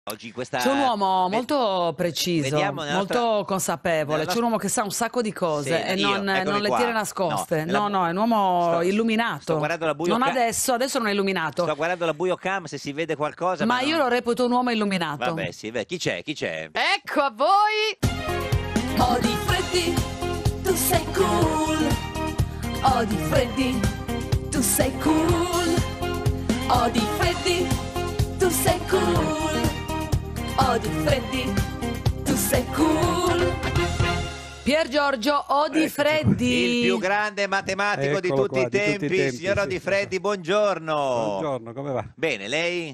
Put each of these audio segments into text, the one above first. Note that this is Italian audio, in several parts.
Oggi questa... C'è un uomo molto preciso, molto consapevole, c'è un uomo che sa un sacco di cose e non le tiene nascoste. No, è un uomo illuminato. Sto guardando la buio non adesso non è illuminato. Sto guardando la buio cam se si vede qualcosa. Ma io lo reputo un uomo illuminato. Vabbè, sì, chi c'è? Ecco a voi! Odi Freddy, tu sei cool. Odi Freddy, tu sei cool. Odi Freddy, tu sei cool. Odi Freddy, tu sei cool. Pier Giorgio Odi Freddy, il più grande matematico di tutti i tempi. Signor Odi Freddy, buongiorno. Buongiorno, come va? Bene, lei?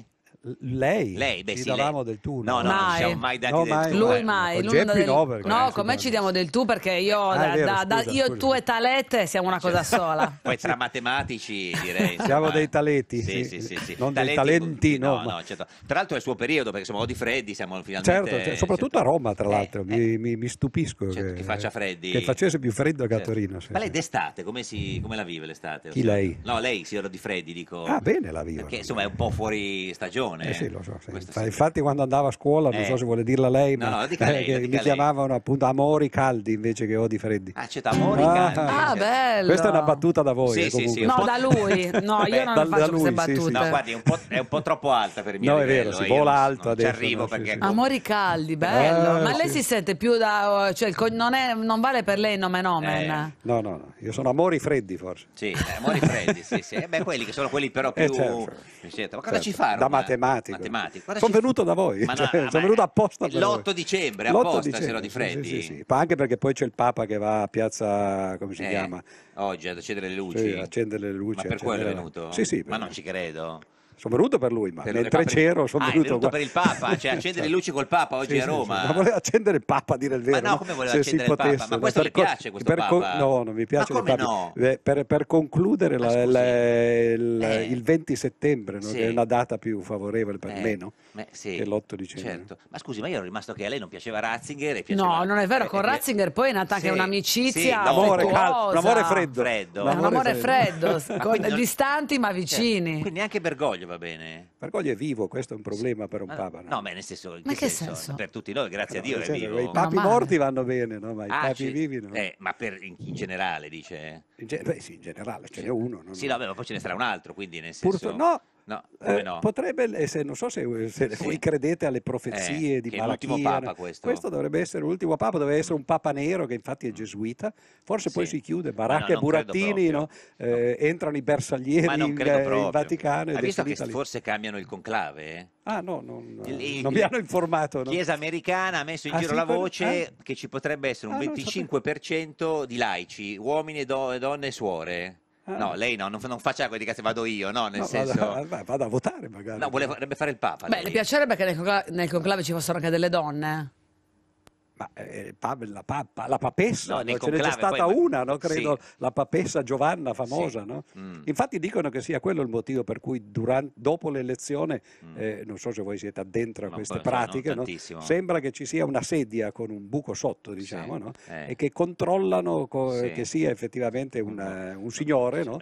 Lei? Beh, Ci sì, davamo lei. del tu. No, non ci siamo mai dati del tu. Lui mai. Con Geppi no, perché no, con me ci diamo del tu perché io, io tu e Talete siamo una cosa sola. Poi tra matematici direi. Siamo dei taleti. Sì. Non dei talenti, no. No, certo. Tra l'altro è il suo periodo perché siamo Odi Freddy, siamo finalmente... Certo, soprattutto a Roma, tra l'altro. Mi stupisco che faccia freddi. Che facesse più freddo che a Torino. Ma lei d'estate, come la vive l'estate? Chi lei? No, lei, signor Odi Freddy, dico. Ah, bene la vivo. Perché insomma è un po' fuori stagione. Sì, lo so. Infatti quando andavo a scuola, non so se vuole dirla lei, ma mi chiamavano appunto amori caldi invece che Odi Freddi. Ah, c'è amori caldi. Ah, bello. Questa è una battuta da voi. Sì. No, da lui. No, io non faccio queste battute. No, guardi, è un po' troppo alta per il mio livello. No, è vero, si vola alto adesso. Ci arrivo perché... Amori caldi, bello. Ma lei si sente più da... Cioè, non vale per lei il nome nomen. No, io sono amori freddi forse. Sì, amori freddi, sì. Beh, quelli che sono quelli però più... Certo. Ma cosa ci fa? Da matematico. Sono venuto da voi, sono venuto apposta per l'8 dicembre, apposta, signor Di Freddi. Sì. Anche perché poi c'è il Papa che va a piazza, come si chiama? Oggi ad accendere le luci. Sì, accendere le luci. Ma per quello è venuto? Sì. Ma non ci credo. Sono venuto per lui, ma mentre c'ero sono venuto per il Papa, cioè accendere le luci col Papa oggi a Roma. Ma voleva accendere il Papa, a dire il vero. Ma no, come voleva accendere il Papa? Ma questo le piace, questo Papa? No, non mi piace. Ma come no? Per concludere il 20 settembre, che è una data più favorevole per me, no? Che l'8 dicembre. Certo. Ma scusi, ma io ero rimasto che a lei non piaceva Ratzinger. No, non è vero, con Ratzinger poi è nata anche un'amicizia un amore freddo. Un amore freddo, distanti ma vicini. Quindi anche Bergoglio va bene? Bergoglio è vivo, questo è un problema per un Papa. No, ma nel senso... Ma che senso? Per tutti noi, grazie a Dio è vivo. I papi morti vanno bene, no? Ma i papi vivi no. Ma in generale, dice? Sì, in generale, ce n'è uno. Sì, no, ma poi ce ne sarà un altro, quindi nel senso... No, no? Potrebbe, non so se voi credete alle profezie di Malachia. L'ultimo Papa questo dovrebbe essere l'ultimo Papa, dovrebbe essere un Papa nero che infatti è gesuita, forse poi si chiude, Baracca e Burattini entrano i bersaglieri in Vaticano. Hai visto che forse cambiano il conclave? Ah no, non mi hanno informato. No? Chiesa americana ha messo in giro la voce che ci potrebbe essere un 25% di laici, uomini e donne e suore. No, lei non faccia quelli che vado io, no, nel senso... Vado a votare magari. No, vorrebbe fare il Papa. Beh, le piacerebbe che nel conclave ci fossero anche delle donne? Ma la papessa, no, ce n'è già stata una, no? Credo, la papessa Giovanna famosa. No? Infatti dicono che sia quello il motivo per cui dopo l'elezione, non so se voi siete addentro a queste pratiche, no? Sembra che ci sia una sedia con un buco sotto, diciamo, no? E che controllano che sia effettivamente un signore. No?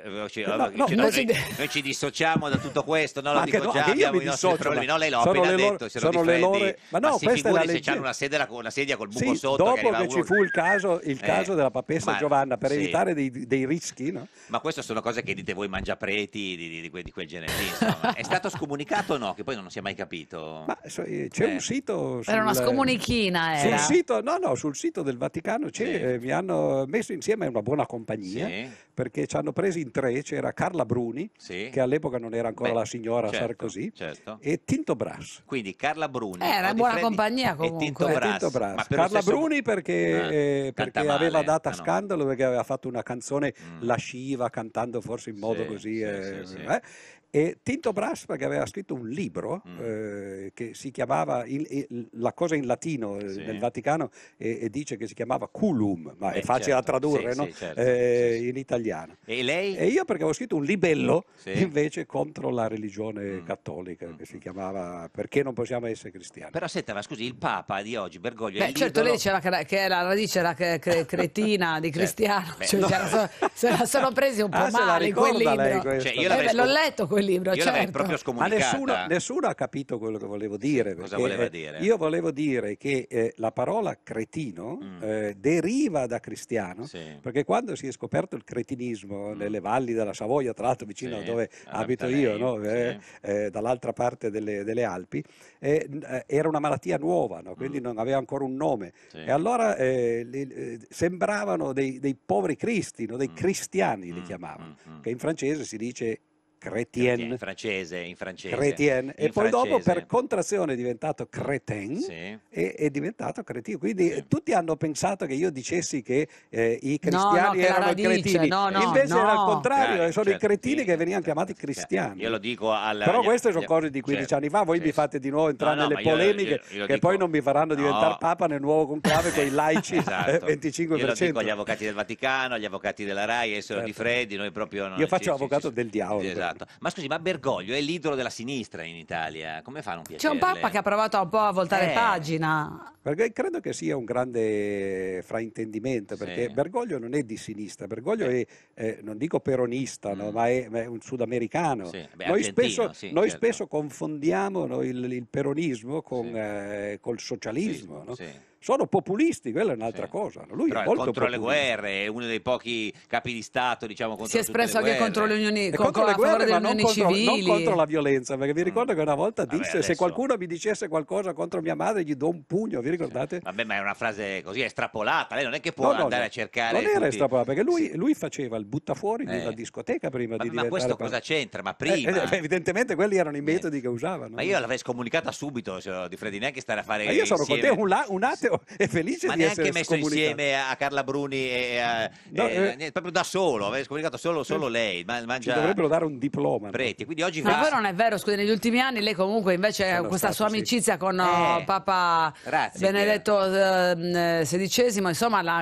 Noi ci dissociamo da tutto questo, non lo dico già, abbiamo i nostri problemi. No, lei l'ha appena detto, se lo difendi. Ma si figuri se c'hanno una sedia col buco sotto. Dopo che ci fu il caso della papessa Giovanna, per evitare dei rischi. No? Ma queste sono cose che dite voi mangiapreti di quel genere lì. Insomma. È stato scomunicato o no? Che poi non si è mai capito. Ma c'è un sito... Era una scomunichina, era. Sul sito del Vaticano mi hanno messo insieme una buona compagnia, perché ci hanno presi in tre. C'era Carla Bruni, che all'epoca non era ancora la signora Sarkozy, e Tinto Brass. Quindi Carla Bruni. Era buona compagnia comunque. E Tinto Brass. Carla Bruni perché aveva dato scandalo, perché aveva fatto una canzone lasciva, cantando forse in modo così. E Tinto Brass perché aveva scritto un libro che si chiamava la cosa in latino nel Vaticano e dice che si chiamava Culum, ma è facile da tradurre, no? In italiano. E lei? E io perché avevo scritto un libello invece contro la religione cattolica che si chiamava Perché non possiamo essere cristiani. Però senta, ma scusi, il Papa di oggi, Bergoglio, certo, lei diceva che la radice era cretina di cristiano, se la sono presi un po' male in quel libro. L'ho letto quel libro, Io l'avrei proprio scomunicata. Ma nessuno ha capito quello che volevo dire. Cosa voleva dire? Io volevo dire che la parola cretino deriva da cristiano, perché quando si è scoperto il cretinismo nelle valli della Savoia, tra l'altro vicino a dove abito io, no? Dall'altra parte delle Alpi, era una malattia nuova, no? Quindi non aveva ancora un nome. E allora sembravano dei poveri cristi, no? Dei cristiani li chiamavano, che in francese si dice chrétien, in francese. Chrétien. E poi dopo per contrazione è diventato crétin e è diventato cretino. Quindi tutti hanno pensato che io dicessi che i cristiani erano i cretini. Invece era il contrario, sono i cretini che venivano chiamati cristiani. Io lo dico Però queste sono cose di 15 anni fa, voi mi fate di nuovo entrare nelle polemiche che poi non mi faranno diventare Papa nel nuovo conclave con i laici 25%. Io lo dico agli avvocati del Vaticano, agli avvocati della RAI, Essero Di Freddi, noi proprio... Io faccio l'avvocato del diavolo. Ma scusi, ma Bergoglio è l'idolo della sinistra in Italia, come fa a non piacerle? C'è un Papa che ha provato un po' a voltare pagina. Perché credo che sia un grande fraintendimento, perché Bergoglio non è di sinistra, Bergoglio è, non dico peronista, no, ma è un sudamericano. Noi spesso confondiamo il peronismo col socialismo. No? Sono populisti, quella è un'altra cosa. Lui però è molto contro populista. Le guerre, è uno dei pochi capi di Stato, diciamo, contro si è espresso anche contro le unioni, contro le guerre, ma non civili. contro la violenza, perché vi ricordo che una volta disse: se qualcuno mi dicesse qualcosa contro mia madre gli do un pugno, vi ricordate? Vabbè, ma è una frase così estrapolata, lei non è che può andare a cercare. Non era estrapolata, perché lui faceva il buttafuori di una discoteca prima di diventare. Ma questo cosa c'entra? Ma prima? Evidentemente quelli erano i metodi che usavano. Ma io l'avrei scomunicata subito, Di Freddi, neanche stare a fare. Ma io sono con te un ateo e felice. Ma neanche messo insieme a Carla Bruni proprio da solo, aveva scomunicato solo lei. Ci dovrebbero dare un diploma. Preti, quindi oggi ma poi non è vero, scusi, negli ultimi anni lei comunque invece questa sua amicizia con Papa Benedetto XVI, insomma,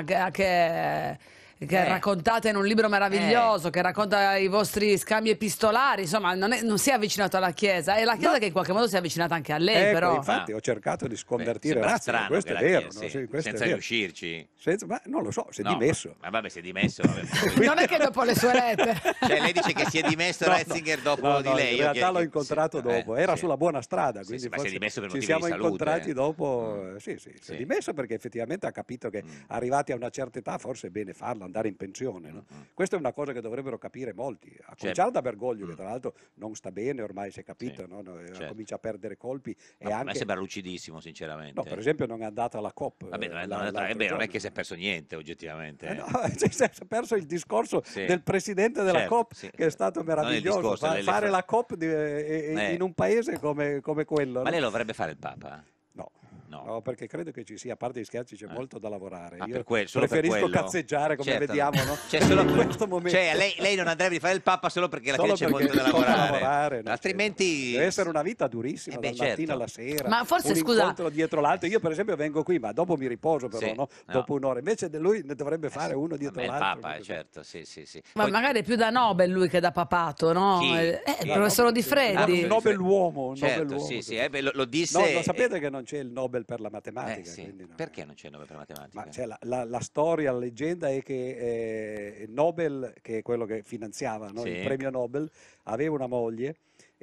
che raccontate in un libro meraviglioso, che racconta i vostri scambi epistolari, insomma non si è avvicinato alla Chiesa, è la Chiesa che in qualche modo si è avvicinata anche a lei, però. Infatti ho cercato di sconvertire Ratzinger, questo è vero. Senza riuscirci. Ma non lo so, si è dimesso. Ma vabbè, si è dimesso. Non è che dopo le sue lettere. Cioè lei dice che si è dimesso Ratzinger dopo di lei. In realtà l'ho incontrato dopo, era sulla buona strada, quindi ma si è dimesso per ci motivi di siamo salute. incontrati dopo. Si è dimesso perché effettivamente ha capito che arrivati a una certa età forse è bene farlo, andare in pensione. No? Questa è una cosa che dovrebbero capire molti, a cominciare da Bergoglio, che tra l'altro non sta bene, ormai si è capito, no? Comincia a perdere colpi. A me sembra lucidissimo, sinceramente. No, per esempio non è andata alla COP. Vabbè, non è che si è perso niente, oggettivamente. No, si è perso il discorso del presidente della COP, che è stato meraviglioso. Fare la COP in un paese come quello. Ma lei lo vorrebbe fare il Papa? No, perché credo che ci sia, a parte gli scherzi, c'è molto da lavorare. Io preferisco cazzeggiare, come vediamo, no? In questo momento. Cioè, lei non andrebbe a fare il Papa solo perché alla fine c'è molto da lavorare. Altrimenti deve essere una vita durissima, dal mattino alla sera. Ma forse, un incontro dietro l'altro. Io per esempio vengo qui, ma dopo mi riposo però, no? Dopo un'ora. Invece lui ne dovrebbe fare uno dietro l'altro. Il Papa, certo, sì. Ma poi, magari più da Nobel lui che da papato, no? Il professor Di Freddi. Un Nobeluomo. Certo, sì, lo disse. Lo sapete che non c'è il Nobel per la matematica? Perché non c'è il Nobel per matematica? Ma c'è la storia, la leggenda è che Nobel, che è quello che finanziava il premio Nobel, aveva una moglie,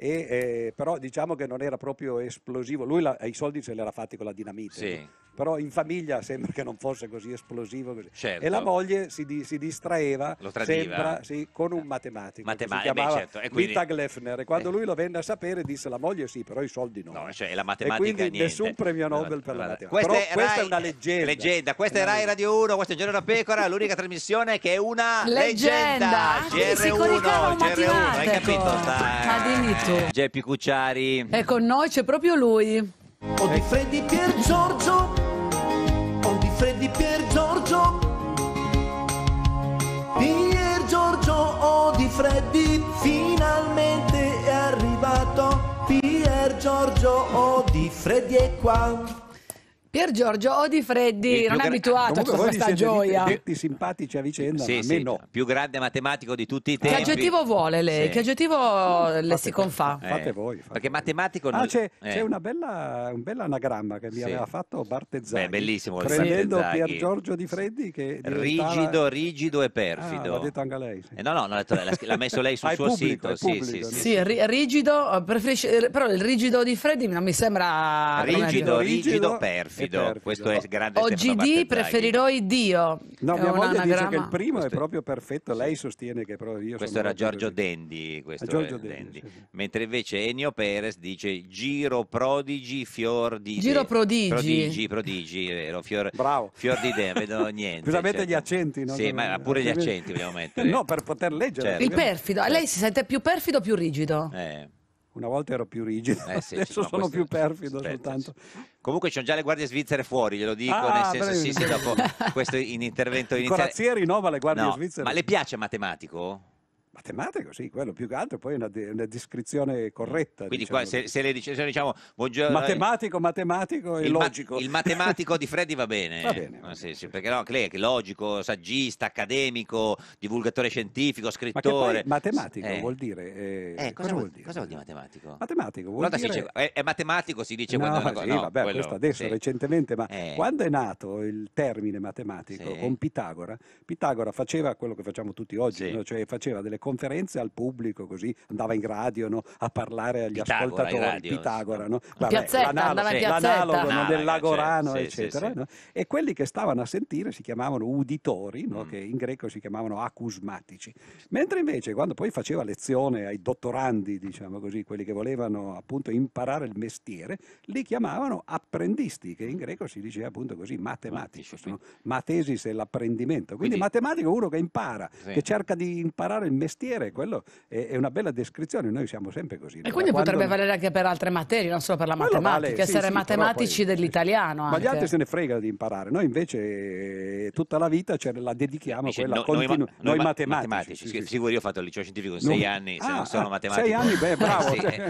però diciamo che non era proprio esplosivo. Lui i soldi se li era fatti con la dinamite, però in famiglia sembra che non fosse così esplosivo così. Certo. E la moglie si distraeva, sembra, con un matematico che si chiamava Wittag Leffner, e quando lui lo venne a sapere disse la moglie però i soldi no. La matematica, e quindi niente. Nessun premio Nobel per la matematica. Questa è una leggenda. Questa è Rai Radio 1, questo è Giorno da Pecora, l'unica trasmissione che è una leggenda. GR1, hai capito? Ma dimmi tu. Geppi Cucciari. E con noi c'è proprio lui. O Di Freddi Pier Giorgio, o Di Freddi Pier Giorgio, Pier Giorgio o Di Freddi, finalmente è arrivato. Pier Giorgio o Di Freddi è qua. Pier Giorgio Odifreddi, non è abituato a questa gioia. Tutti simpatici a vicenda, ma a me no. Più grande matematico di tutti i tempi. Che aggettivo vuole lei? Che aggettivo le si confà? Fate voi. Perché matematico non... c'è un bel anagramma che mi aveva fatto Bartezzaghi. Bellissimo. Prendendo Pier Giorgio Odifreddi che diventava... rigido e perfido. L'ha detto anche lei. No, l'ha messo lei sul suo sito. Sì, rigido, però il rigido Odifreddi non mi sembra... Rigido, perfido. Questo è grande. OGD preferirò il Dio. No, mia moglie dice che il primo è proprio perfetto. Lei sostiene che proprio io questo era Giorgio Dendi, Dendi. Mentre invece Ennio Perez dice Giro prodigi fior di Giro prodigi, vero, fior di idea, vedo niente. Scusate gli accenti, no? Sì, ma pure gli accenti vogliamo mettere. No, per poter leggere. Certo. Il perfido, lei si sente più perfido o più rigido? Una volta ero più rigido, adesso sono più perfido soltanto. Comunque ci sono già le guardie svizzere fuori, glielo dico, nel senso dopo questo intervento iniziale. Corazzieri no, ma le guardie svizzere. Ma le piace matematico? Matematico, sì, quello più che altro, poi è una descrizione corretta. Quindi diciamo. qua, se le diciamo buongiorno, matematico e logico. Il matematico di Freddi va bene. Va bene. Sì, perché no, lei è logico, saggista, accademico, divulgatore scientifico, scrittore. Ma che poi matematico vuol dire... cosa vuol dire? Cosa vuol dire matematico? Matematico vuol dire... Si dice, è matematico, si dice no, quando... Sì, vabbè, questo adesso recentemente, ma quando è nato il termine matematico con Pitagora faceva quello che facciamo tutti oggi, no? Cioè faceva delle conferenze al pubblico, così andava in radio, no? A parlare agli ascoltatori. Pitagora, no? L'analogo dell'agorano, eccetera. No? E quelli che stavano a sentire si chiamavano uditori, no? Che in greco si chiamavano acusmatici. Mentre invece quando poi faceva lezione ai dottorandi, diciamo così, quelli che volevano appunto imparare il mestiere, li chiamavano apprendisti, che in greco si diceva appunto così, matematici. No? Matesis è l'apprendimento. Quindi matematico è uno che impara, che cerca di imparare il mestiere, quello è una bella descrizione, noi siamo sempre così. E quindi potrebbe valere anche per altre materie, non solo per la matematica, essere matematici dell'italiano. Ma gli altri se ne frega di imparare, noi invece tutta la vita la dedichiamo a quella noi matematici. Sicuro, io ho fatto il liceo scientifico in 6 anni, sono matematico. 6 anni, beh, bravo.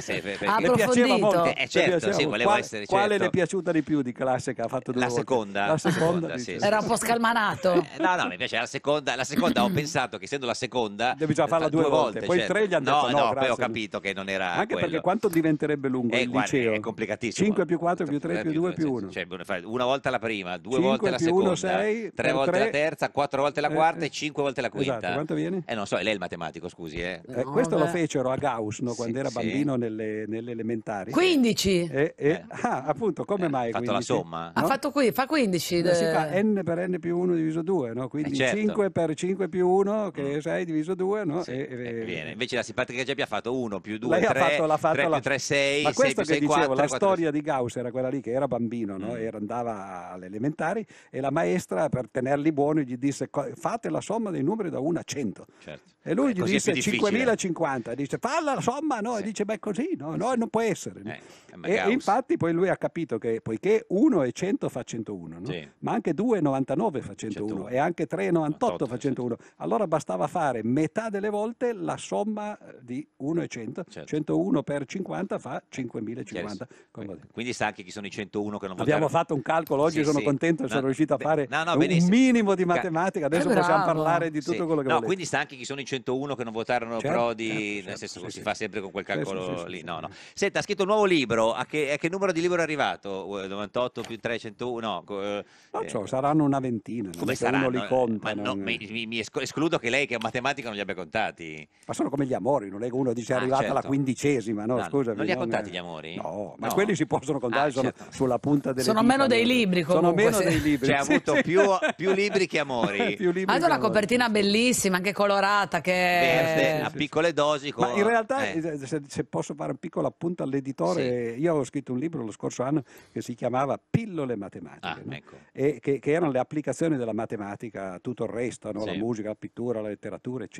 Le piaceva molto. Certo, sì, volevo essere. Quale le è piaciuta di più di classe che ha fatto 2 volte? La seconda. Era un po' scalmanato. No, mi piace la seconda ho pensato che essendo la seconda devi già farla 2 volte, poi 3 gli hanno detto no, poi ho capito che non era anche quello. Perché quanto diventerebbe lungo il liceo? È complicatissimo. 5 più 4 più 3 più 2 più 1. Cioè, una volta la prima, 2 volte la seconda, 1, 6, 3 volte la terza, 4 volte la quarta e 5 volte la quinta. Esatto, quanto viene? Non so, è lei il matematico, scusi. Questo lo fecero a Gauss, no, quando era bambino nelle elementari. 15. Appunto, come mai 15? Ha fatto la somma? Ha fatto fa 15. Si fa n per n più 1 diviso 2, no? Quindi 5 per 5 più 1, che è 6 diviso 2, no? Viene. Invece la simpatica che abbia fatto 1 più 2, lei 3, l'ha fatto 3 più 3, 6, ma 6 più 6, 4. La storia di Gauss era quella lì che era bambino, no? Andava alle elementari e la maestra, per tenerli buoni, gli disse fate la somma dei numeri da 1 a 100. Certo. E lui gli disse 5050, dice fa la somma, no? E dice beh così, no, non può essere. No? E infatti poi lui ha capito che poiché 1 e 100 fa 101, no? Ma anche 2 e 99 fa 101 e anche 3 e 98 fa 101, allora bastava fare metà delle volte la somma di 1 e 100, 101 per 50 fa 5050. Quindi sa anche chi sono i 101 che non abbiamo fatto un calcolo oggi, sono contento, sono riuscito a fare un minimo di matematica, adesso possiamo parlare di tutto quello che volete. Quindi sa anche chi sono i 101 che non votarono Prodi, nel senso che si fa sempre con quel calcolo lì. No. Senta, ha scritto un nuovo libro, a che numero di libro è arrivato? 98 più 3, 101? Non so, saranno una ventina, come saranno? Uno li conta. Mi escludo che lei che è un matematico non li abbia contati. Ma sono come gli amori, non è che uno dice è arrivata alla 15ª, no? Scusami, non li ha contati gli amori? No, ma quelli si possono contare, sono sulla punta delle dita. Sono meno dei libri comunque. Sono meno dei libri. Cioè ha avuto più libri che amori. Ha una copertina bellissima, anche colorata, che verde, a piccole dosi. Ma in realtà, se posso fare un piccolo appunto all'editore, io avevo scritto un libro lo scorso anno che si chiamava Pillole matematiche, no? E che erano le applicazioni della matematica a tutto il resto, no? La musica, la pittura, la letteratura, eccetera. No?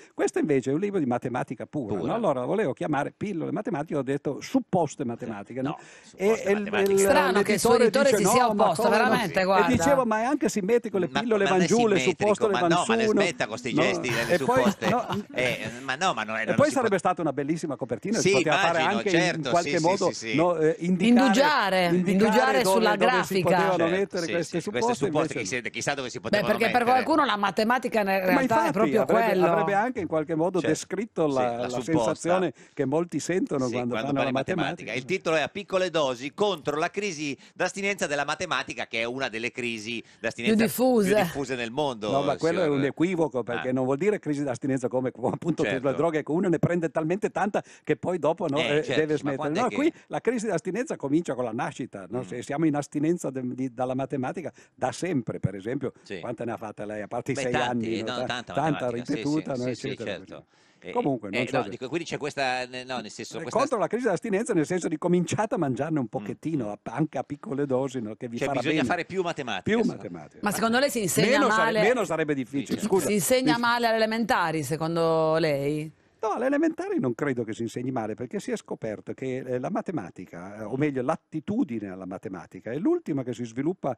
Questo invece è un libro di matematica pura. No? Allora lo volevo chiamare Pillole matematiche, ho detto supposte matematiche. No? Strano che il suo editore si sia opposto, veramente, guarda. E dicevo, ma è anche simmetrico, le pillole van giù, le supposte le van su. Ma le smetta con questi gesti delle supposte. E poi sarebbe stata una bellissima copertina, si poteva fare anche in qualche modo indugiare sulla grafica. Queste supposte, chissà dove si potevano perché per qualcuno la matematica in realtà è proprio quello. Avrebbe anche in qualche modo descritto la sensazione che molti sentono quando fanno la matematica. Il titolo è A piccole dosi contro la crisi d'astinenza della matematica, che è una delle crisi d'astinenza più diffuse nel mondo. No, ma quello è un equivoco, perché non vuol dire crisi d'astinenza come appunto per la droga, che uno ne prende talmente tanta che poi dopo deve smettere. No, qui la crisi d'astinenza comincia con la nascita. No? Se siamo in astinenza dalla matematica da sempre, per esempio, quante ne ha fatte lei? A parte i 6 anni, tanta ripetuta, eccetera. Certo. Comunque, quindi c'è questa nel senso contro la crisi d'astinenza, nel senso di cominciate a mangiarne un pochettino, anche a piccole dosi, che vi farà bisogna bene. fare più matematica. Ma secondo lei si insegna male? Meno sarebbe difficile. Scusa. Si insegna male alle elementari, secondo lei? No, alle elementari non credo che si insegni male, perché si è scoperto che la matematica, o meglio l'attitudine alla matematica, è l'ultima che si sviluppa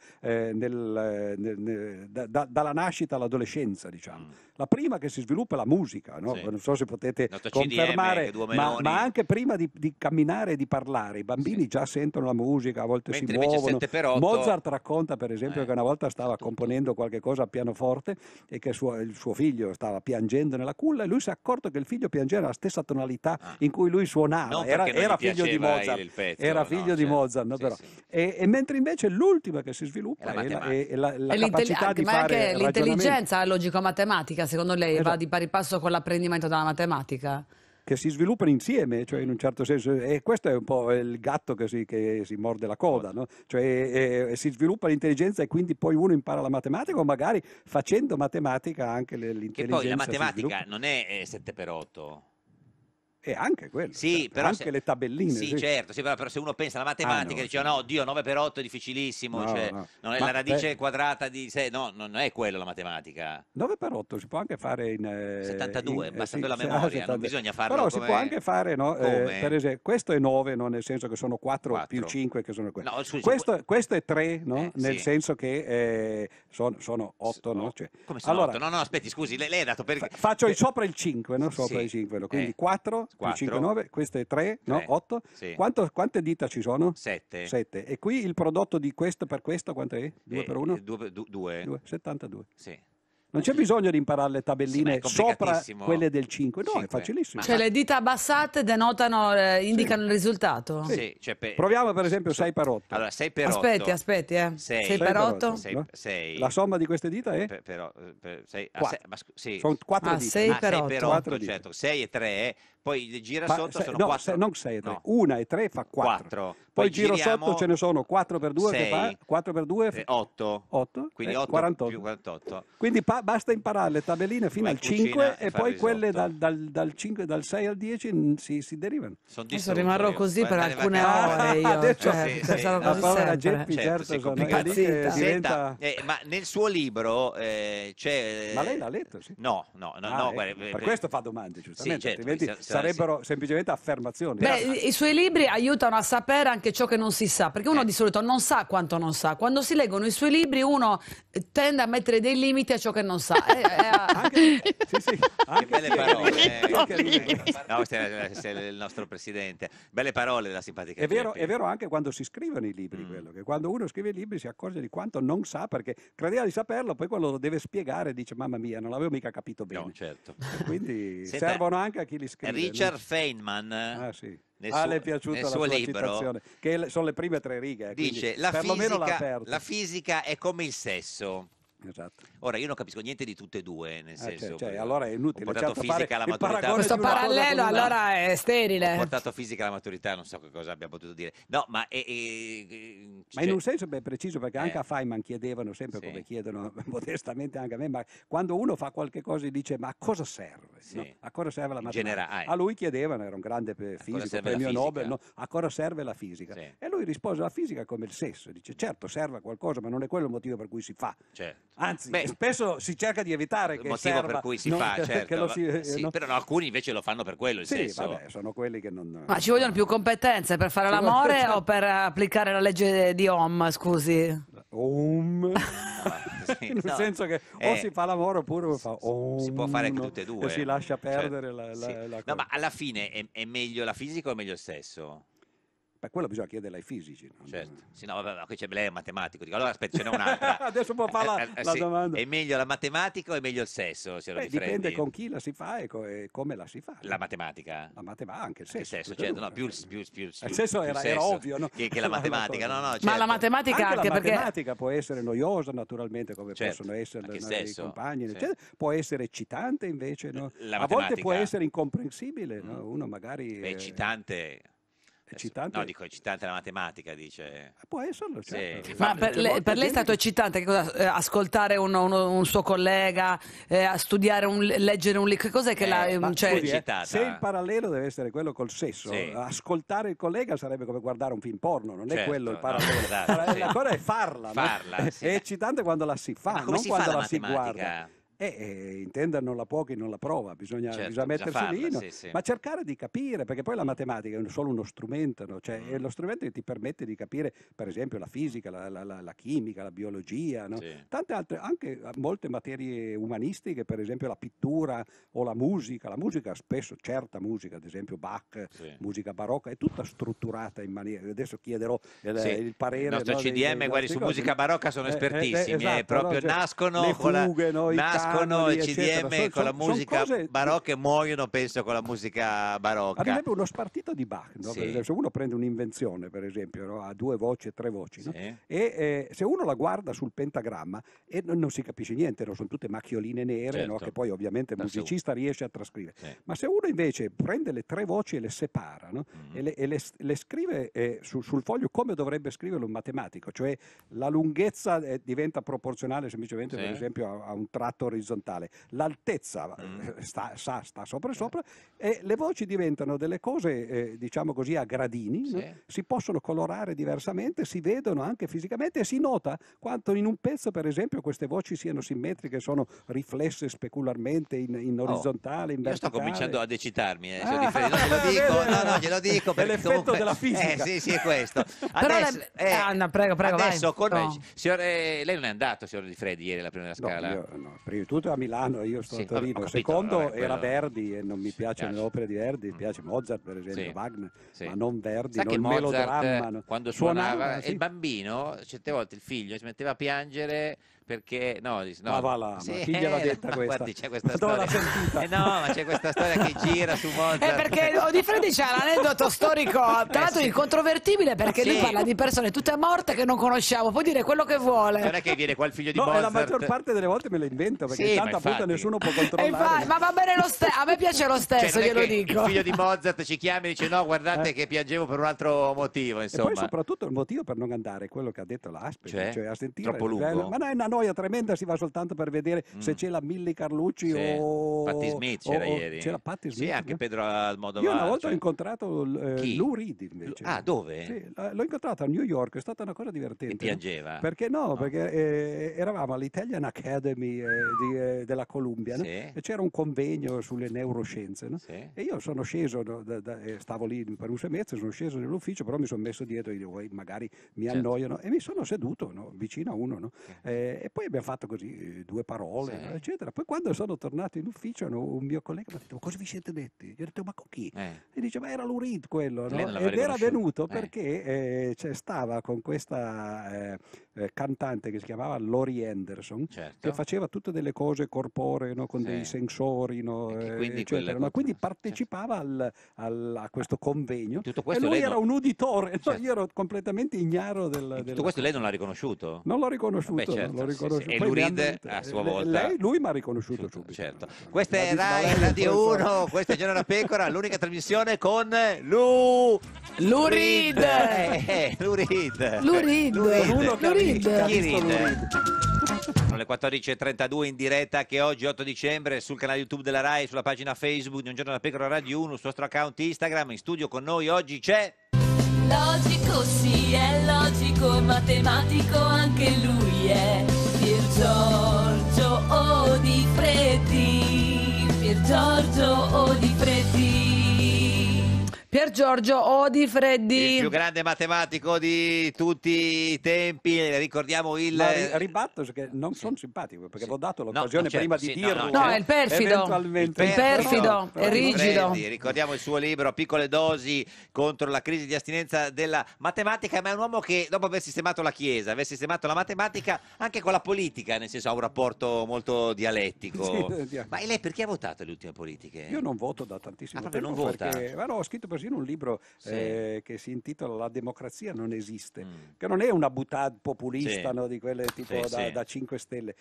dalla nascita all'adolescenza, diciamo. La prima che si sviluppa è la musica, no? Non so se potete confermare, ma anche prima di camminare e di parlare, i bambini già sentono la musica, a volte si muovono. Mozart racconta, per esempio, che una volta stava componendo qualche cosa al pianoforte e che il suo figlio stava piangendo nella culla, e lui si è accorto che il figlio piangeva la stessa tonalità in cui lui suonava. Era figlio di Mozart, era figlio di Mozart, no, però. E mentre invece l'ultima che si sviluppa è la capacità di fare anche l'intelligenza logico-matematica, secondo lei, va di pari passo con l'apprendimento della matematica? Che si sviluppano insieme, cioè in un certo senso, e questo è un po' il gatto che si morde la coda, no? Cioè si sviluppa l'intelligenza e quindi poi uno impara la matematica, o magari facendo matematica anche l'intelligenza. Che poi la matematica non è 7x8. E anche quello, sì, però anche le tabelline. Sì, certo, però se uno pensa alla matematica dice no, Dio, 9x8 è difficilissimo, non è la radice quadrata di 6, no, non è quello la matematica. 9x8 si può anche fare in 72, basta per la memoria, non bisogna farlo però si può anche fare, no? Per esempio, questo è 9, no? Nel senso che sono 4 più 5 che sono quelli. No, questo è 3, no? Nel senso che sono 8, no? Cioè, come sono 8? No, aspetti, scusi, lei ha dato per... Faccio sopra il 5, no? Sopra il 5, no? Quindi 4 5, 9, questo è 3, no? 8. Sì. Quante dita ci sono? 7. E qui il prodotto di questo per questo quanto è? 2 per 1? 2. 72. Sì. Non c'è bisogno di imparare le tabelline sopra quelle del 5, è facilissimo. Cioè le dita abbassate indicano il risultato? Sì. Proviamo per esempio 6 per 8. Allora 6 per 8. Aspetti. 6 per 8. 6. La somma di queste dita è? 6. Sono 4 dita. 6 per 8. Certo, 6 e 3. Poi giro sotto sono 4. Non 6 e 3. 1 e 3 fa 4. Poi giro sotto ce ne sono 4 per 2 che fa 4 per 2 fa 8. Quindi 8 48. più 48. Quindi basta imparare le tabelline fino al 5 e poi quelle dal 6 al 10 si derivano. Adesso rimarrò così per alcune ore io. La povera Geppi, certo, diventa... ma nel suo libro c'è... Ma lei l'ha letto? Sì. No. Per questo fa domande, giustamente, altrimenti sarebbero semplicemente affermazioni. I suoi libri aiutano a sapere anche ciò che non si sa, perché uno di solito non sa quanto non sa. Quando si leggono i suoi libri uno tende a mettere dei limiti a ciò che non sa. Che belle parole. No, questo è il nostro presidente. Belle parole della simpatica. È vero anche quando si scrivono i libri, quello che quando uno scrive i libri si accorge di quanto non sa, perché credeva di saperlo, poi quando lo deve spiegare dice mamma mia, non l'avevo mica capito bene. No, certo. E quindi servono anche a chi li scrive. Richard Feynman. Le è piaciuta la sua citazione, che sono le prime 3 righe. Dice la fisica è come il sesso. Esatto. Ora io non capisco niente di tutte e due, nel senso allora è inutile. Ho portato fisica alla maturità. Questo parallelo allora è sterile. Ho portato fisica alla maturità, non so che cosa abbia potuto dire. No, ma Ma in un senso ben preciso, perché anche a Feynman chiedevano sempre, come chiedono modestamente anche a me, ma quando uno fa qualche cosa e dice ma a cosa serve? No? A cosa serve la matematica? A lui chiedevano, era un grande fisico, premio Nobel, no? A cosa serve la fisica? E lui rispose: la fisica è come il sesso, dice certo serve a qualcosa, ma non è quello il motivo per cui si fa. Anzi, spesso si cerca di evitare che motivo serva, per cui si fa, certo. Però no, alcuni invece lo fanno per quello, il sesso. Vabbè, sono quelli che non... Ma ci vogliono più competenze per fare l'amore o per applicare la legge di Ohm, scusi? Nel senso che o si fa l'amore oppure fa si può fare anche tutte e due e si lascia perdere la no, ma alla fine è meglio la fisica o è meglio il sesso? Beh, quello bisogna chiederlo ai fisici. No? Certo. Sì, no, vabbè, ma qui c'è lei è matematico. Dico, allora aspetta, ce n'è un'altra. Adesso può fare la domanda. È meglio la matematica o è meglio il sesso? Dipende con chi la si fa e come la si fa. La matematica? La matematica, anche il sesso. Certo, no, più il sesso era ovvio, no? Che la matematica. No, certo. Ma la matematica anche perché... la matematica può essere noiosa, naturalmente, come possono essere i compagni, eccetera. Può essere eccitante, invece, no? A volte può essere incomprensibile, no? Uno magari... eccitante... Eccitante? No, dico eccitante la matematica, dice. Può esserlo, certo. Ma per lei è stato eccitante che cosa, ascoltare un suo collega, studiare, leggere un libro? Che cos'è che l'ha eccitata? Se il parallelo deve essere quello col sesso, ascoltare il collega sarebbe come guardare un film porno, non è quello il parallelo. La cosa è farla. È eccitante quando la si fa, non quando la si guarda. Intendere non la può chi non la prova, bisogna mettersi farla, lì, no? Ma cercare di capire, perché poi la matematica è solo uno strumento, no? Cioè, è lo strumento che ti permette di capire, per esempio, la fisica, la chimica, la biologia, no? Tante altre, anche molte materie umanistiche, per esempio la pittura o la musica spesso, certa musica, ad esempio Bach, musica barocca, è tutta strutturata in maniera, adesso chiederò il parere. Il nostro CDM, guardi, su musica barocca sono espertissimi, esatto, proprio nascono le fughe, il CDM con la musica barocca e muoiono, penso, con la musica barocca. Ad esempio uno spartito di Bach, no? Per esempio, se uno prende un'invenzione, per esempio, no? Ha 2 voci e 3 voci, no? E se uno la guarda sul pentagramma e non si capisce niente, no? Sono tutte macchioline nere, no? Che poi ovviamente il musicista riesce a trascrivere. Ma se uno invece prende le 3 voci e le separa, no? E le scrive sul foglio come dovrebbe scriverlo un matematico, cioè la lunghezza diventa proporzionale semplicemente, per esempio, a un tratto orizzontale, l'altezza sta sopra e le voci diventano delle cose diciamo così a gradini, no? Si possono colorare diversamente, si vedono anche fisicamente e si nota quanto in un pezzo, per esempio, queste voci siano simmetriche, sono riflesse specularmente in orizzontale, in verticale. Io sto cominciando ad eccitarmi, glielo dico è l'effetto comunque... della fisica. Sì, è questo. Anna, prego, adesso vai. Signore, lei non è andato, signor Di Freddi, ieri alla prima scala? No, prima di tutto a Milano, io sto a Torino. Secondo era Verdi e non mi piacciono le opere di Verdi, mi piace Mozart, per esempio, Wagner, ma non Verdi, sa non che il melodramma. Mozart, quando suonava il bambino, certe volte il figlio si metteva a piangere perché ma va là, ma chi gliel'ha detta questa? Guardi, c'è questa storia. Ma c'è questa storia che gira su Mozart. Perché Di Freddi c'ha l'aneddoto storico, tra l'altro incontrovertibile, perché lui parla di persone tutte morte che non conosciamo, può dire quello che vuole. Non è che viene qua il figlio di Mozart. La maggior parte delle volte me lo invento, perché intanto appunto nessuno può controllare. Ma va bene lo stesso, a me piace lo stesso, glielo dico. Il figlio di Mozart ci chiama e dice no, guardate che piangevo per un altro motivo, insomma. E poi soprattutto il motivo per non andare è quello che ha detto l'Aspe, cioè a sentire. Troppo lungo. Ma no, è una noia tremenda, si va soltanto per vedere se c'è la Milli Carlucci o Patti Smith c'era ieri. C'era Patti Smith. Sì, anche Pedro Almodovar. Io una volta ho incontrato Lou Reed invece. Dove? Sì, l'ho incontrato a New York, è stata una cosa divertente. E piangeva? Perché no? Perché eravamo all'Italian Academy della Columbia, no? E c'era un convegno sulle neuroscienze, no? E io sono sceso, stavo lì per un semestre, sono sceso nell'ufficio, però mi sono messo dietro e dico, magari mi annoiano, e mi sono seduto, no? Vicino a uno, no? E poi abbiamo fatto così 2 parole, eccetera. Poi quando sono tornato in ufficio, un mio collega mi ha detto, ma cosa vi siete detti? Gli ho detto, ma con chi? E dice, ma era Lou Reed quello, no? Ed era venuto perché stava con questa cantante che si chiamava Laurie Anderson, che faceva tutte delle cose corporee, no? Con dei sensori, no? Eccetera, no? Quindi partecipava a questo convegno e lui era un uditore, no? Io ero completamente ignaro del tutto questo lei non l'ha riconosciuto? Non l'ho riconosciuto, riconosciuto. E Lurid a sua volta. Lui mi ha riconosciuto subito. Certo. Questa è Rai Radio 1, questa è Giorno da Pecora, l'unica trasmissione con Lurid. Sono le 14.32 in diretta che oggi 8 dicembre sul canale YouTube della Rai, sulla pagina Facebook di Un Giorno da Pecora Radio 1, sul nostro account Instagram. In studio con noi oggi c'è... Logico, sì, è logico, matematico anche lui è Pier Giorgio Odifreddi. Pier Giorgio Odifreddi. Pier Giorgio Odifreddi, il più grande matematico di tutti i tempi. Ricordiamo il... Ma ribatto che non sono simpatico perché avevo dato l'occasione prima di dirlo. No, è il perfido, il perfido, è rigido. Ricordiamo il suo libro Piccole dosi contro la crisi di astinenza della matematica, ma è un uomo che dopo aver sistemato la Chiesa, aver sistemato la matematica anche con la politica, nel senso ha un rapporto molto dialettico. Ma lei perché ha votato le ultime politiche? Io non voto da tantissimo tempo. Non vota? Perché, ho scritto persino un libro che si intitola La democrazia non esiste, che non è una boutade populista, no, di quelle tipo da 5 stelle.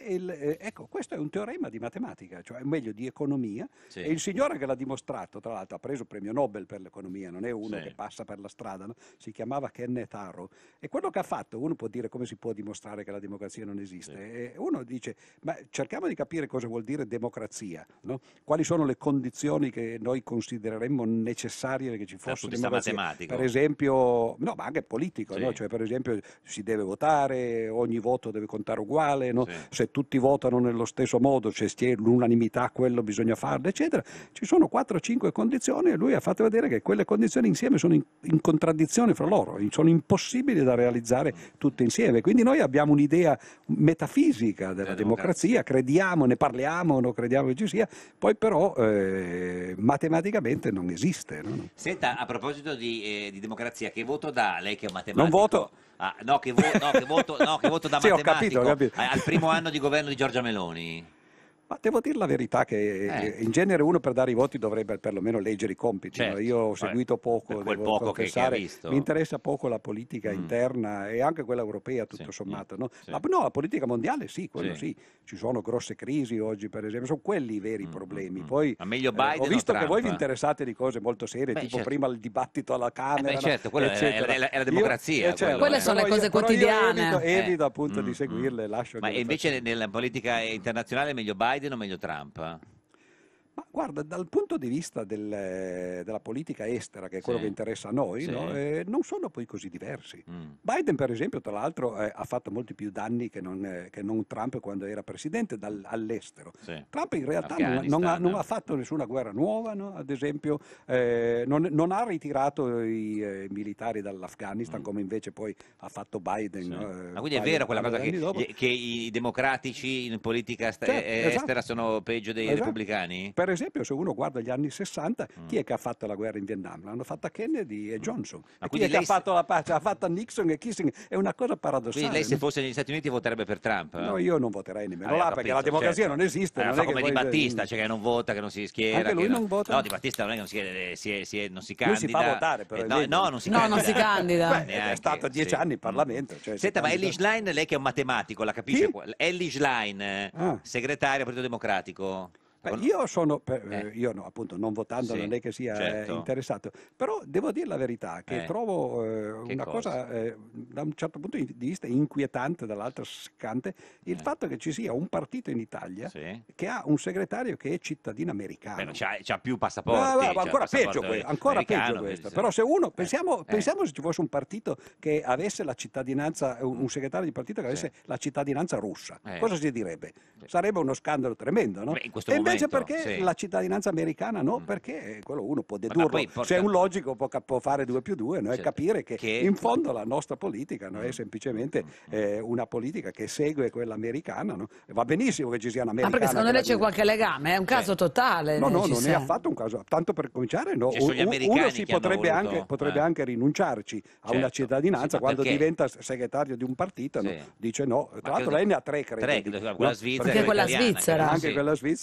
Ecco, questo è un teorema di matematica, cioè meglio di economia, e il signore che l'ha dimostrato, tra l'altro ha preso il premio Nobel per l'economia, non è uno che passa per la strada, no? Si chiamava Kenneth Arrow, e quello che ha fatto, uno può dire come si può dimostrare che la democrazia non esiste, e uno dice ma cerchiamo di capire cosa vuol dire democrazia, no? Quali sono le condizioni che noi considereremmo necessarie che ci fosse democrazia, per esempio, no, ma anche politico, no? Cioè, per esempio si deve votare, ogni voto deve contare uguale, no? Se tutti votano nello stesso modo, se c'è l'unanimità, quello bisogna farlo, eccetera. Ci sono 4-5 condizioni e lui ha fatto vedere che quelle condizioni insieme sono in contraddizione fra loro, sono impossibili da realizzare tutte insieme. Quindi noi abbiamo un'idea metafisica della democrazia, crediamo, ne parliamo, non crediamo che ci sia, poi però matematicamente non esiste, no? Senta, a proposito di democrazia, che voto dà lei che è un matematico? Non voto. Che voto da matematico ho capito. Al primo anno di governo di Giorgia Meloni? Ma devo dire la verità che in genere uno per dare i voti dovrebbe perlomeno leggere i compiti. Certo, no? Io ho seguito poco, quel devo poco confessare, che ha visto. Mi interessa poco la politica interna e anche quella europea tutto sommato. No? Ma no, la politica mondiale sì, quello sì. Ci sono grosse crisi oggi per esempio, sono quelli i veri problemi. Poi ma meglio Biden ho visto o che Trump? voi vi interessate di cose molto serie, tipo prima il dibattito alla Camera. Certo, quello è la democrazia. Quelle sono le cose quotidiane. Io evito appunto di seguirle, lascio. Ma invece nella politica internazionale è meglio Biden o meglio Trump? Ma guarda, dal punto di vista della politica estera, che è quello che interessa a noi, no? Non sono poi così diversi. Biden, per esempio, tra l'altro, ha fatto molti più danni che non Trump quando era presidente all'estero. Trump in realtà non ha fatto nessuna guerra nuova, no? Ad esempio, non ha ritirato i militari dall'Afghanistan, come invece poi ha fatto Biden. No? Ma quindi è vero quella cosa che i democratici in politica estera sono peggio dei repubblicani? Per esempio, se uno guarda gli anni 60, chi è che ha fatto la guerra in Vietnam? L'hanno fatta Kennedy e Johnson. E chi è che ha fatto la pace? Ha fatto Nixon e Kissinger. È una cosa paradossale. Quindi lei se fosse negli Stati Uniti voterebbe per Trump? No, io non voterei nemmeno là, perché la democrazia non esiste. Non è come Di Battista, cioè che non vota, che non si schiera. Anche lui non vota? No, Di Battista non è che non si candida. Lui si fa votare, però. Non si candida. È stato 10 anni in Parlamento. Senta, ma Elly Schlein, lei che è un matematico, la capisce? Elly Schlein, segretario del Partito Democratico. Io sono, io no, appunto non votando non è che sia interessato, però devo dire la verità che trovo una cosa da un certo punto di vista inquietante, dall'altro seccante, il fatto che ci sia un partito in Italia che ha un segretario che è cittadino americano. C'ha più passaporti. Ancora peggio questo. Però se uno, pensiamo se ci fosse un partito che avesse la cittadinanza, un segretario di partito che avesse la cittadinanza russa, cosa si direbbe? Sarebbe uno scandalo tremendo, no? Invece perché la cittadinanza americana no? Perché quello uno può dedurlo, se è un logico può fare 2 più 2, no? E capire che in fondo la nostra politica no? È semplicemente una politica che segue quella americana, no? Va benissimo che ci sia un'americana. Ma perché secondo lei c'è qualche legame? È un caso totale? No, non è affatto un caso, tanto per cominciare no? Uno si potrebbe anche rinunciarci a una cittadinanza quando diventa segretario di un partito, no? Dice no, tra l'altro lei ne ha 3 credo. Quella Svizzera, perché quella Svizzera. Anche quella Svizzera,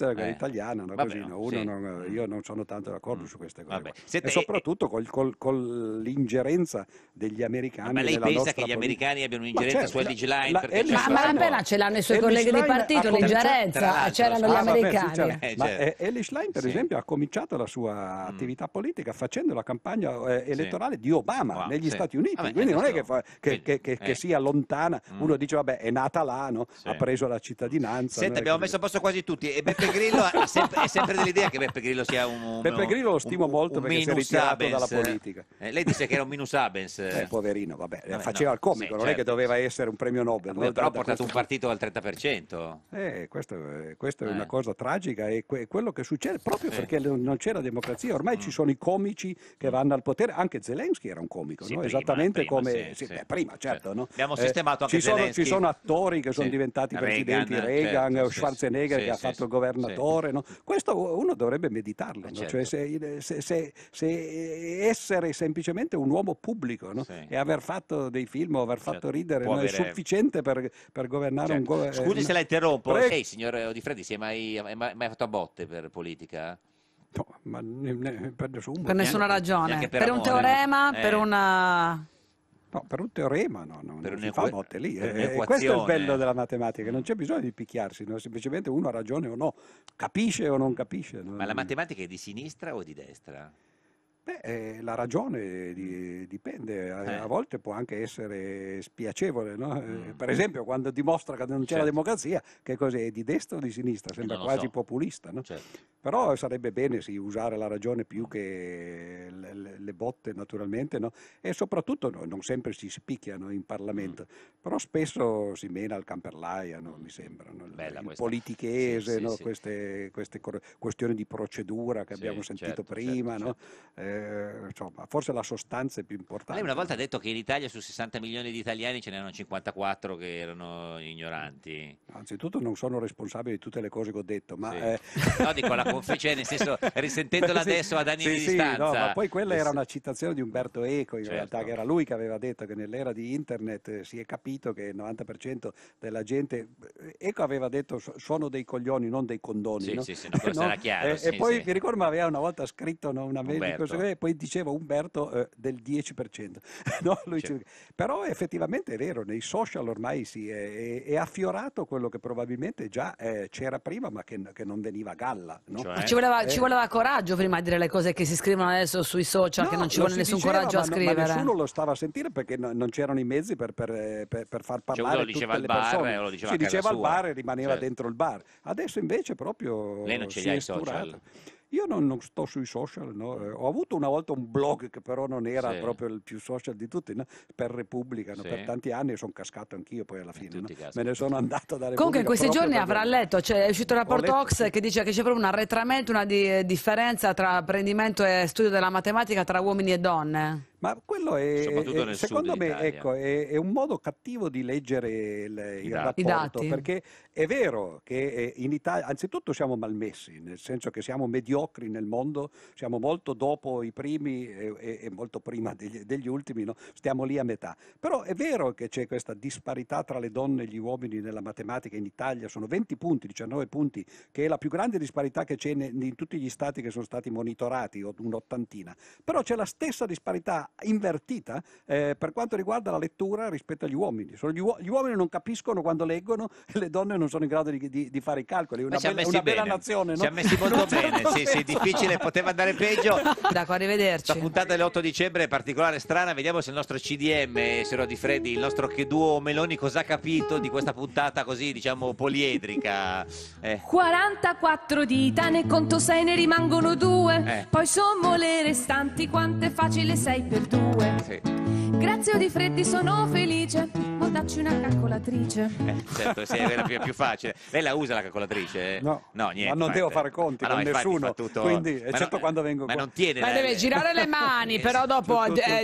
italiana, no? Vabbè, Così, no? Io non sono tanto d'accordo su queste cose. Senta, e soprattutto con l'ingerenza degli americani. Ma lei nella pensa nostra che gli politica. americani abbiano un'ingerenza su Ellie Schlein? Ma appena ce l'hanno i suoi colleghi di partito, l'ingerenza, c'erano gli americani. Ma Ellie Schlein, per esempio, ha cominciato la sua attività politica facendo la campagna elettorale di Obama negli Stati Uniti, quindi non è che sia lontana. Uno dice, vabbè, è nata là, no? Ha preso la cittadinanza. Senta, abbiamo messo a posto quasi tutti, e Beppe Grillo è sempre dell'idea che Beppe Grillo sia Beppe Grillo lo stimo molto perché si è ritirato dalla politica. Lei disse che era un minus abens. Poverino, faceva il comico, non è che doveva essere un premio Nobel. Però ha portato un partito al 30%. Questa è una cosa tragica, e quello che succede proprio perché non c'è la democrazia. Ormai ci sono i comici che vanno al potere, anche Zelensky era un comico, no? Esattamente come prima, certo. No? Abbiamo sistemato anche Zelensky. Ci sono attori che sono diventati presidenti, Reagan, Schwarzenegger che ha fatto il governatore. No? Questo uno dovrebbe meditarlo, no? Cioè se essere semplicemente un uomo pubblico, no? E aver fatto dei film o aver fatto ridere non è sufficiente per governare un governo. Scusi se la interrompo, lei signor Odifreddi si è mai fatto a botte per politica? No, ma per nessuna ragione, per un teorema, per una... No, per un teorema non si fa botte lì. Questo è il bello della matematica, non c'è bisogno di picchiarsi, no? Semplicemente uno ha ragione o no, capisce o non capisce. No? Ma la matematica è di sinistra o di destra? La ragione dipende, a volte può anche essere spiacevole, no? Per esempio quando dimostra che non c'è la democrazia, che cos'è, di destra o di sinistra, sembra quasi populista, no? Però sarebbe bene usare la ragione più che le botte, naturalmente, no? E soprattutto non sempre si picchiano in Parlamento, però spesso si mena il camperlaia, no? Mi sembra, no? Il politichese, no? Queste questioni di procedura che abbiamo sentito prima, no? Insomma, forse la sostanza è più importante. Lei una volta ha detto che in Italia su 60 milioni di italiani ce n'erano 54 che erano ignoranti. Anzitutto non sono responsabile di tutte le cose che ho detto, ma no, dico la cioè nel senso, risentendola adesso ad anni di distanza. No, ma poi quella era una citazione di Umberto Eco, in realtà, che era lui che aveva detto che nell'era di internet si è capito che il 90% della gente, Eco aveva detto, sono dei coglioni, non dei condoni. No? Questo era chiaro. E poi mi ricordo, ma aveva una volta scritto una mail, e poi diceva Umberto del 10%. No? Però effettivamente è vero, nei social ormai è affiorato quello che probabilmente già c'era prima, ma che non veniva a galla. No? Ci voleva coraggio prima di dire le cose che si scrivono adesso sui social, che non ci vuole nessun coraggio a scrivere. Ma nessuno lo stava a sentire perché non c'erano i mezzi per far parlare tutte le persone. Si diceva al bar e rimaneva dentro il bar. Adesso invece proprio lei non ce li ha i social? Io non sto sui social, no? Ho avuto una volta un blog che però non era proprio il più social di tutti, no? Per Repubblica, no? Per tanti anni sono cascato anch'io poi alla fine, no? Me ne sono andato da Repubblica. Comunque in questi giorni avrà letto, è uscito il rapporto Ox che dice che c'è proprio un arretramento, una differenza tra apprendimento e studio della matematica tra uomini e donne. Ma quello è secondo me è un modo cattivo di leggere il rapporto, perché è vero che in Italia anzitutto siamo malmessi, nel senso che siamo mediocri nel mondo, siamo molto dopo i primi e molto prima degli ultimi, no? Stiamo lì a metà. Però è vero che c'è questa disparità tra le donne e gli uomini nella matematica in Italia, sono 20 punti, 19 punti, che è la più grande disparità che c'è in tutti gli stati che sono stati monitorati, un'ottantina. Però c'è la stessa disparità invertita per quanto riguarda la lettura rispetto agli uomini. Gli uomini non capiscono quando leggono e le donne non sono in grado di fare i calcoli. Una bella nazione, no? Si è messi molto bene, sì, difficile, poteva andare peggio. D'accordo, arrivederci. La puntata dell'8 dicembre è particolare, strana, vediamo se il nostro CDM, Sero Di Freddi, il nostro che duo Meloni cosa ha capito di questa puntata così, diciamo, poliedrica. 44 dita, ne conto 6, ne rimangono 2, poi sommo le restanti, quanto è facile 6 per 2. Grazie Di Freddi, sono felice, mo dacci una calcolatrice. Certo, sì, era più facile. Lei la usa la calcolatrice? No, niente. Ma non devo fare conti con nessuno, quindi eccetto quando vengo qua. Ma non tiene. Ma deve girare le mani, però dopo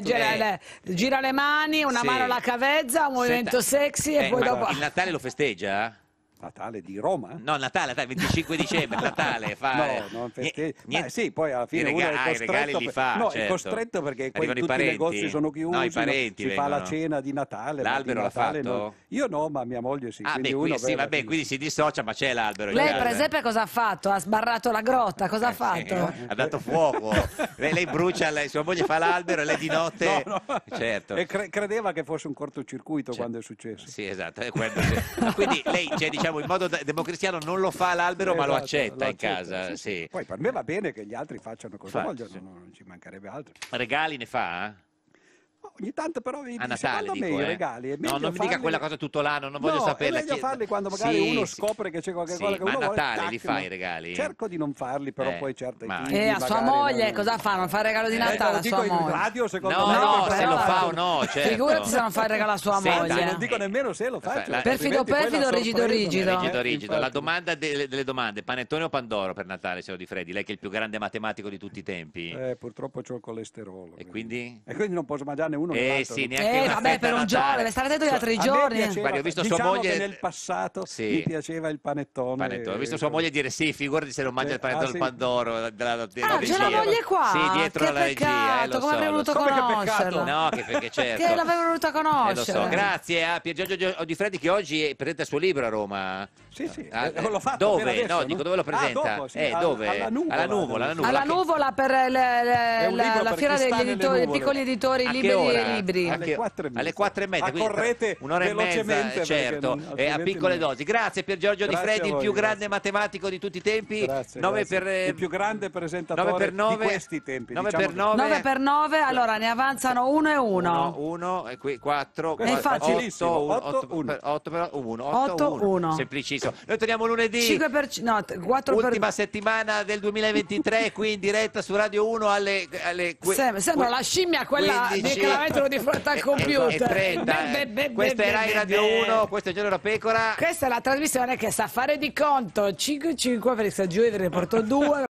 gira le mani, una mano alla cavezza, un movimento sexy e poi dopo... Il Natale lo festeggia? Natale di Roma? No, Natale, 25 dicembre, Natale. No, non festeggia. Sì, poi alla fine uno è costretto. I regali li fa, no, certo. è costretto perché tutti i negozi sono chiusi, no, i parenti si fa la cena di Natale. L'albero l'ha fatto? No. Io no, ma mia moglie sì. Quindi si dissocia, ma c'è l'albero. Lei per esempio cosa ha fatto? Ha sbarrato la grotta, cosa ha fatto? Ha dato fuoco. Lei brucia, sua moglie fa l'albero e lei di notte... No. Certo. E credeva che fosse un cortocircuito quando è successo. Sì, esatto. Quindi lei, diciamo, in modo democristiano non lo fa l'albero, ma lo accetta in casa. Sì. Poi per me va bene che gli altri facciano cosa vogliono, non ci mancherebbe altro. Regali ne fa? Ogni tanto però a Natale, secondo me i regali è meglio non mi dica quella cosa tutto l'anno, non voglio saperla. È meglio farli quando magari uno scopre che c'è qualche cosa che ma uno a Natale vuole, li fai i regali? Cerco di non farli, però poi certo a sua moglie cosa fa? Non fa il regalo di Natale a sua moglie? In radio, secondo me no, se lo fa o no, certo. Figurati se non fa il regalo a sua moglie. Non dico nemmeno se lo faccio. Perfido, rigido. La domanda delle domande: panettone o pandoro per Natale, signor Di Freddi? Lei che è il più grande matematico di tutti i tempi. Purtroppo c'ho il colesterolo. E quindi? E quindi non posso mangiarne uno né l'altro. Vabbè, per un giorno, deve stare attento gli altri giorni. Guarda, ho visto sua moglie che nel passato mi piaceva il panettone. Ho visto sua moglie dire sì, figurati se non mangia il panettone al pandoro. C'è la moglie qua. Sì, dietro che la regia. Peccato, come avrei voluto conoscerlo. No, che certo. Che l'avrei voluto conoscere. Lo so. Grazie a Pier Giorgio Di Freddi che oggi presenta il suo libro a Roma. Sì, l'ho fatto dove? adesso, No, dico dove lo presenta? Dopo, alla Nuvola. Alla Nuvola per la fiera degli piccoli editori liberi. Alle 4:30, correte un'ora e mezza, certo, a piccole dosi. Grazie Pier Giorgio Di Freddi, il più grande matematico di tutti i tempi. Il più grande presentatore di questi tempi. 9 per 9, allora ne avanzano 1 e 1. 1 e 4. È facilissimo. 8 per 1. 8 1. Semplicissimo. Noi torniamo lunedì. 4 ultima settimana del 2023 qui in diretta su Radio 1 alle sembra la scimmia quella che la mettono di fronte al computer. 30. Questa è Rai Radio 1, questo è Giorno da Pecora. Questa è la trasmissione che sa fare di conto. 5 per il Saggiù e vi riporto 2.